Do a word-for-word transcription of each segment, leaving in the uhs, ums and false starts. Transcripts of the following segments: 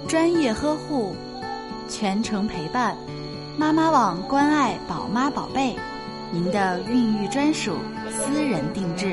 专业呵护，全程陪伴，妈妈网关爱宝妈宝贝，您的孕育专属，私人定制。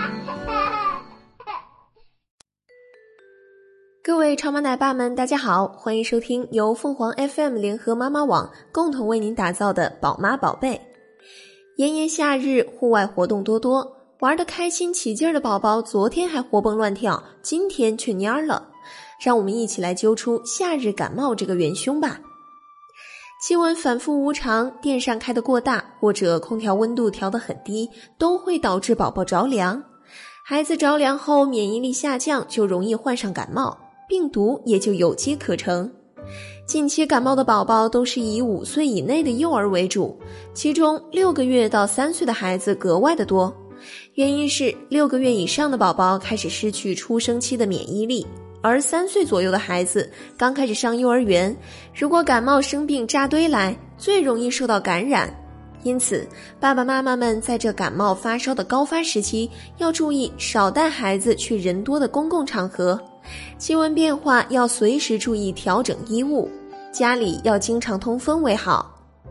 各位超妈奶爸们，大家好，欢迎收听由凤凰 F M 联合妈妈网共同为您打造的宝妈宝贝。炎炎夏日，户外活动多多，玩得开心起劲儿的宝宝，昨天还活蹦乱跳，今天却蔫了。让我们一起来揪出夏日感冒这个元凶吧。气温反复无常，电扇开得过大，或者空调温度调得很低，都会导致宝宝着凉。孩子着凉后免疫力下降，就容易患上感冒，病毒也就有机可乘。近期感冒的宝宝都是以五岁以内的幼儿为主，其中六个月到三岁的孩子格外的多。原因是六个月以上的宝宝开始失去出生期的免疫力，而三岁左右的孩子刚开始上幼儿园，如果感冒生病扎堆来，最容易受到感染。因此，爸爸妈妈们在这感冒发烧的高发时期，要注意少带孩子去人多的公共场合，气温变化要随时注意调整衣物，家里要经常通风为好。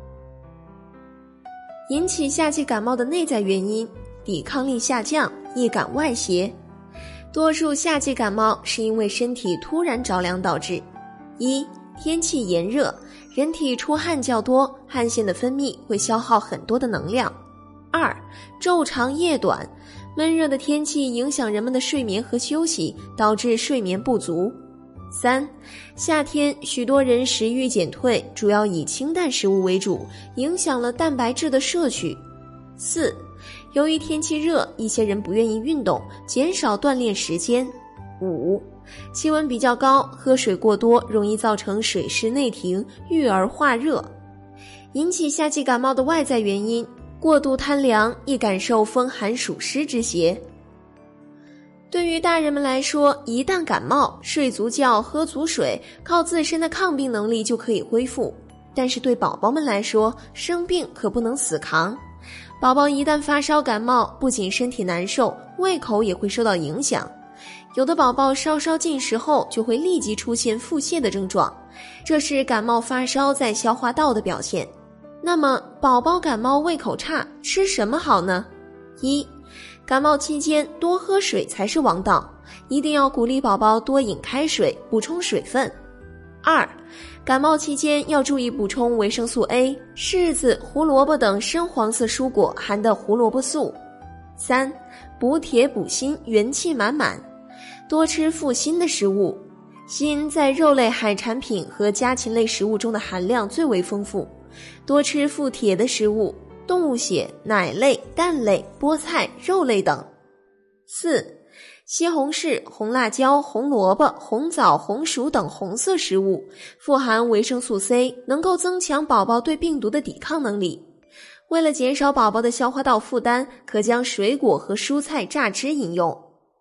引起夏季感冒的内在原因，抵抗力下降，易感外邪。多数夏季感冒是因为身体突然着凉导致。一、天气炎热，人体出汗较多，汗腺的分泌会消耗很多的能量。二、昼长夜短，闷热的天气影响人们的睡眠和休息，导致睡眠不足。三、夏天许多人食欲减退，主要以清淡食物为主，影响了蛋白质的摄取。四、由于天气热，一些人不愿意运动，减少锻炼时间。五、气温比较高，喝水过多容易造成水湿内停，郁而化热。引起夏季感冒的外在原因，过度贪凉，易感受风寒暑湿之邪。对于大人们来说，一旦感冒，睡足觉，喝足水，靠自身的抗病能力就可以恢复。但是对宝宝们来说，生病可不能死扛。宝宝一旦发烧感冒，不仅身体难受，胃口也会受到影响。有的宝宝稍稍进食后就会立即出现腹泻的症状，这是感冒发烧在消化道的表现。那么宝宝感冒胃口差，吃什么好呢？一、感冒期间多喝水才是王道，一定要鼓励宝宝多饮开水，补充水分。二、感冒期间要注意补充维生素 A、柿子、胡萝卜等深黄色蔬果含的胡萝卜素。三、补铁补锌，元气满满，多吃富锌的食物。锌在肉类、海产品和家禽类食物中的含量最为丰富，多吃富铁的食物，动物血、奶类、蛋类、菠菜、肉类等。四、西红柿、红辣椒、红萝卜、红枣、红薯等红色食物富含维生素 C， 能够增强宝宝对病毒的抵抗能力。为了减少宝宝的消化道负担，可将水果和蔬菜榨汁饮用。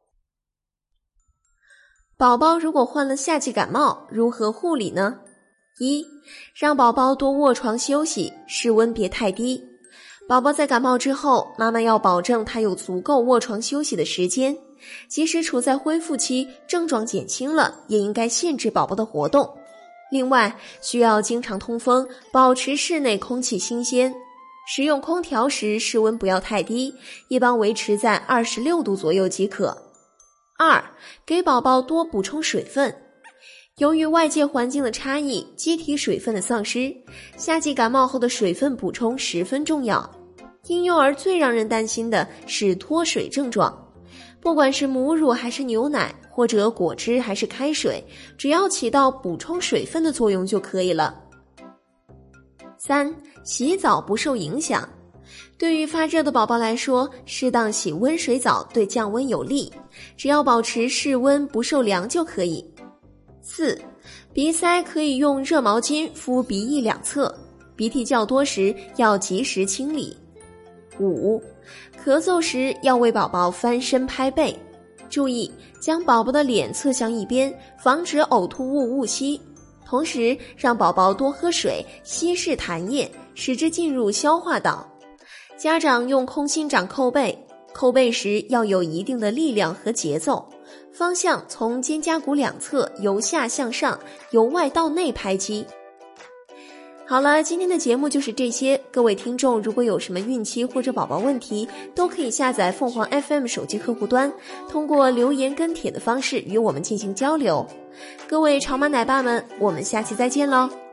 宝宝如果患了夏季感冒，如何护理呢？一、让宝宝多卧床休息，室温别太低。宝宝在感冒之后，妈妈要保证他有足够卧床休息的时间，即使处在恢复期，症状减轻了，也应该限制宝宝的活动。另外，需要经常通风，保持室内空气新鲜。使用空调时，室温不要太低，一般维持在二十六度左右即可。二、给宝宝多补充水分。由于外界环境的差异，机体水分的丧失，夏季感冒后的水分补充十分重要。婴幼儿最让人担心的是脱水症状，不管是母乳还是牛奶，或者果汁还是开水，只要起到补充水分的作用就可以了。三、洗澡不受影响。对于发热的宝宝来说，适当洗温水澡对降温有利，只要保持室温不受凉就可以。四、鼻塞可以用热毛巾敷鼻翼两侧，鼻涕较多时要及时清理。五、咳嗽时要为宝宝翻身拍背，注意将宝宝的脸侧向一边，防止呕吐物误吸，同时让宝宝多喝水，稀释痰液，使之进入消化道。家长用空心掌扣背， 抠背时要有一定的力量和节奏，方向从肩胛骨两侧由下向上，由外到内拍击。好了，今天的节目就是这些。各位听众如果有什么孕期或者宝宝问题，都可以下载凤凰 F M 手机客户端，通过留言跟帖的方式与我们进行交流。各位潮妈奶爸们，我们下期再见喽。